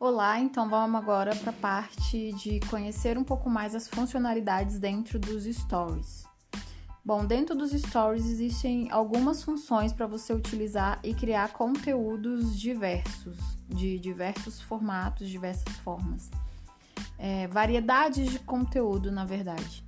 Olá, então vamos agora para a parte de conhecer um pouco mais as funcionalidades dentro dos stories. Bom, dentro dos stories existem algumas funções para você utilizar e criar conteúdos diversos, de diversos formatos, diversas formas. Variedades de conteúdo, na verdade.